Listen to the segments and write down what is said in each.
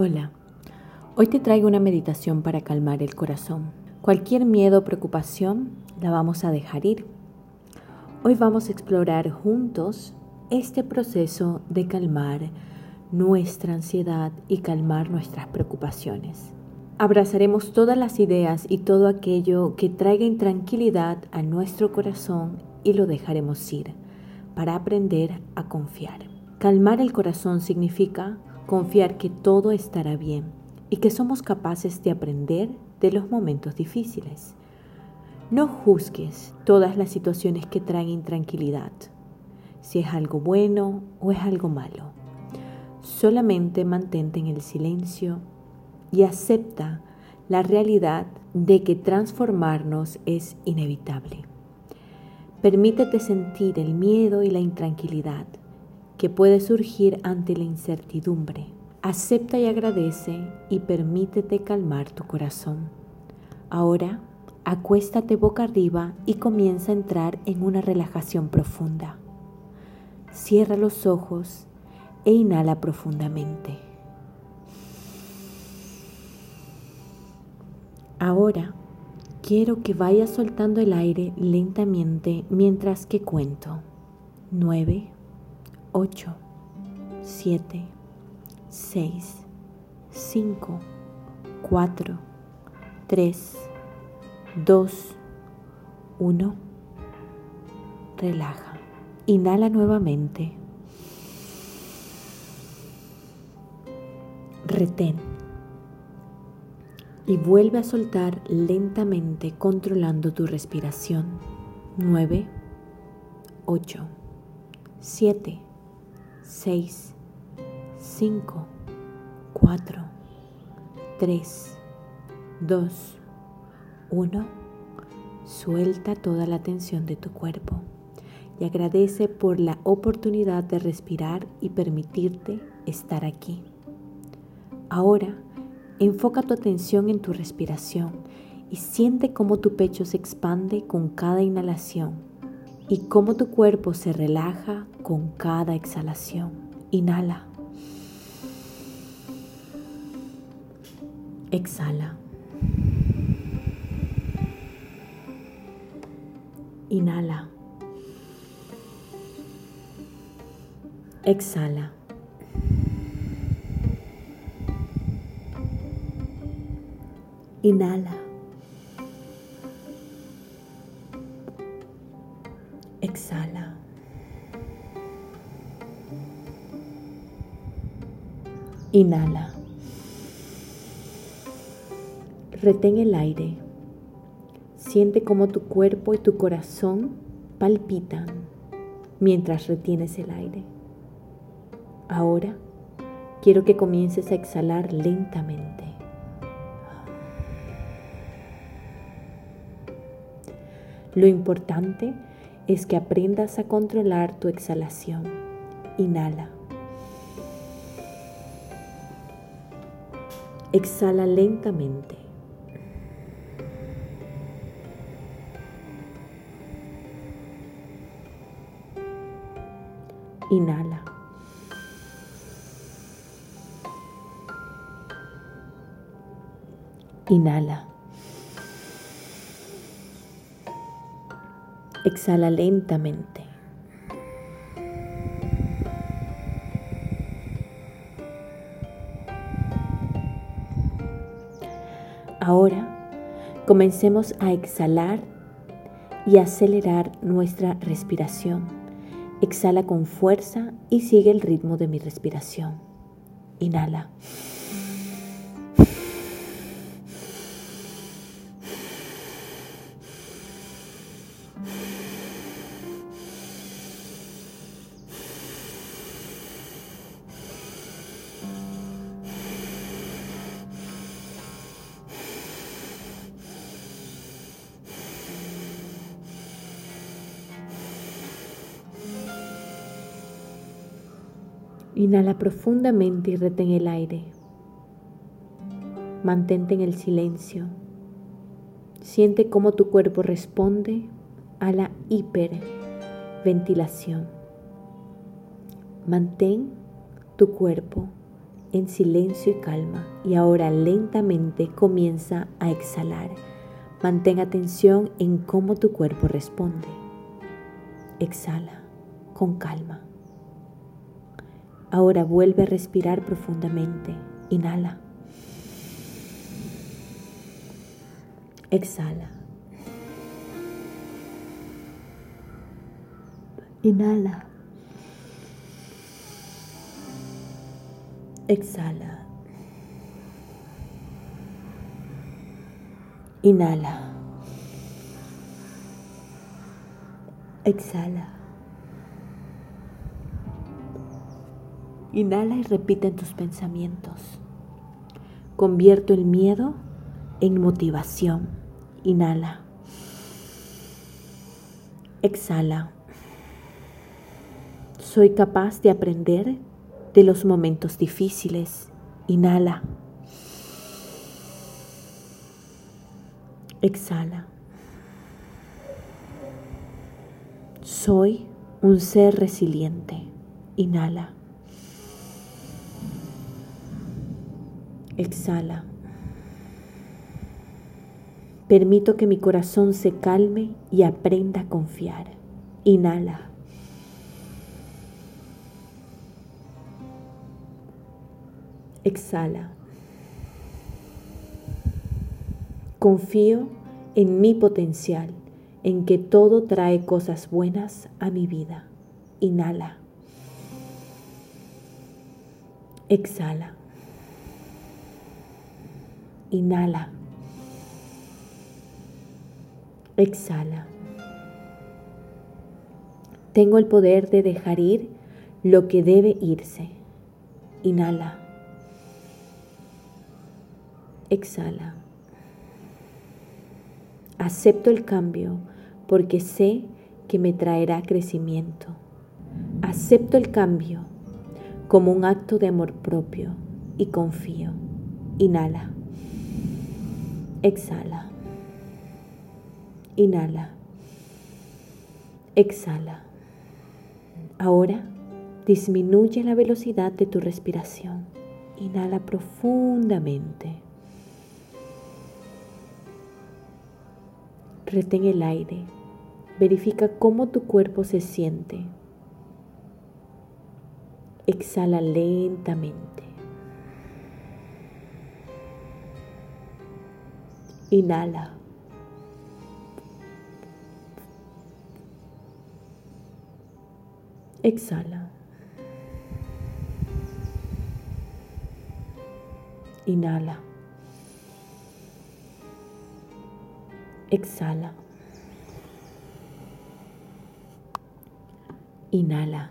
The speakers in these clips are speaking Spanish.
Hola, hoy te traigo una meditación para calmar el corazón. Cualquier miedo o preocupación la vamos a dejar ir. Hoy vamos a explorar juntos este proceso de calmar nuestra ansiedad y calmar nuestras preocupaciones. Abrazaremos todas las ideas y todo aquello que traiga intranquilidad a nuestro corazón y lo dejaremos ir para aprender a confiar. Calmar el corazón significa confiar que todo estará bien y que somos capaces de aprender de los momentos difíciles. No juzgues todas las situaciones que traen intranquilidad, si es algo bueno o es algo malo. Solamente mantente en el silencio y acepta la realidad de que transformarnos es inevitable. Permítete sentir el miedo y la intranquilidad que puede surgir ante la incertidumbre. Acepta y agradece y permítete calmar tu corazón. Ahora, acuéstate boca arriba y comienza a entrar en una relajación profunda. Cierra los ojos e inhala profundamente. Ahora, quiero que vayas soltando el aire lentamente mientras que cuento. 9, 8, 7, 6, 5, 4, 3, 2, 1. Relaja. Inhala nuevamente. Retén. Y vuelve a soltar lentamente controlando tu respiración. 9, 8, 7, 6, 5, 4, 3, 2, 1. Suelta toda la tensión de tu cuerpo y agradece por la oportunidad de respirar y permitirte estar aquí. Ahora, enfoca tu atención en tu respiración y siente cómo tu pecho se expande con cada inhalación y cómo tu cuerpo se relaja con cada exhalación. Inhala. Exhala. Inhala. Exhala. Inhala. Exhala. Inhala. Retén el aire. Siente cómo tu cuerpo y tu corazón palpitan mientras retienes el aire. Ahora quiero que comiences a exhalar lentamente. Lo importante es que aprendas a controlar tu exhalación. Inhala. Exhala lentamente. Inhala. Inhala. Exhala lentamente. Ahora comencemos a exhalar y acelerar nuestra respiración. Exhala con fuerza y sigue el ritmo de mi respiración. Inhala. Inhala profundamente y retén el aire. Mantente en el silencio. Siente cómo tu cuerpo responde a la hiperventilación. Mantén tu cuerpo en silencio y calma. Y ahora lentamente comienza a exhalar. Mantén atención en cómo tu cuerpo responde. Exhala con calma. Ahora vuelve a respirar profundamente. Inhala. Exhala. Inhala. Exhala. Inhala. Exhala. Inhala y repite en tus pensamientos. Convierto el miedo en motivación. Inhala. Exhala. Soy capaz de aprender de los momentos difíciles. Inhala. Exhala. Soy un ser resiliente. Inhala. Exhala. Permito que mi corazón se calme y aprenda a confiar. Inhala. Exhala. Confío en mi potencial, en que todo trae cosas buenas a mi vida. Inhala. Exhala. Inhala. Exhala. Tengo el poder de dejar ir lo que debe irse. Inhala. Exhala. Acepto el cambio porque sé que me traerá crecimiento. Acepto el cambio como un acto de amor propio y confío. Inhala. Exhala. Inhala. Exhala. Ahora disminuye la velocidad de tu respiración. Inhala profundamente. Retén el aire. Verifica cómo tu cuerpo se siente. Exhala lentamente. Inhala. Exhala. Inhala. Exhala. Inhala.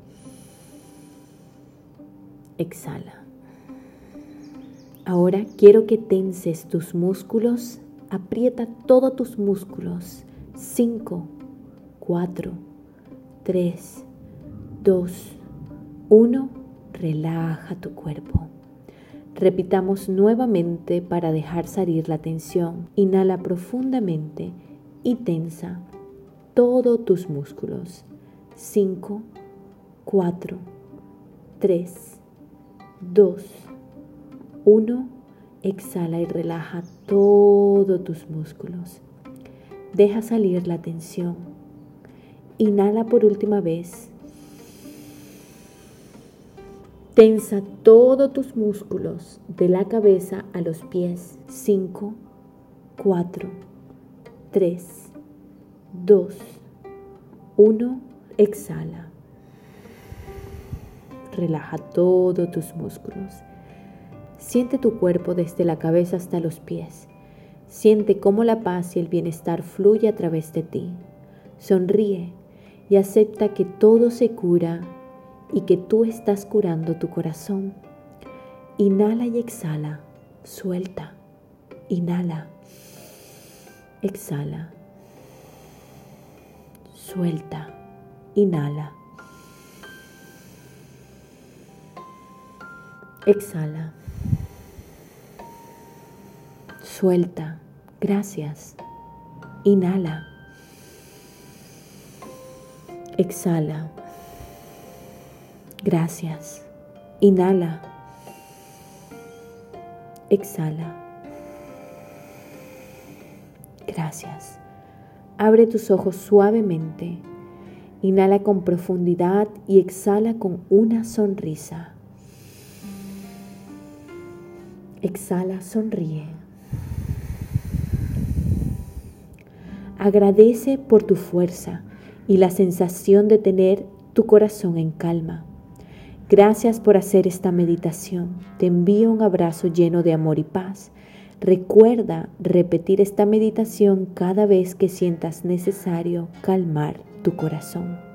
Exhala. Ahora quiero que tenses tus músculos. Aprieta todos tus músculos. 5, 4, 3, 2, 1. Relaja tu cuerpo. Repitamos nuevamente para dejar salir la tensión. Inhala profundamente y tensa todos tus músculos. 5, 4, 3, 2, 1. Exhala y relaja todos tus músculos. Deja salir la tensión. Inhala por última vez. Tensa todos tus músculos de la cabeza a los pies. 5, 4, 3, 2, 1. Exhala. Relaja todos tus músculos. Siente tu cuerpo desde la cabeza hasta los pies. Siente cómo la paz y el bienestar fluye a través de ti. Sonríe y acepta que todo se cura y que tú estás curando tu corazón. Inhala y exhala. Suelta. Inhala. Exhala. Suelta. Inhala. Exhala. Suelta. Gracias. Inhala. Exhala. Gracias. Inhala. Exhala. Gracias. Abre tus ojos suavemente. Inhala con profundidad y exhala con una sonrisa. Exhala, sonríe. Agradece por tu fuerza y la sensación de tener tu corazón en calma. Gracias por hacer esta meditación. Te envío un abrazo lleno de amor y paz. Recuerda repetir esta meditación cada vez que sientas necesario calmar tu corazón.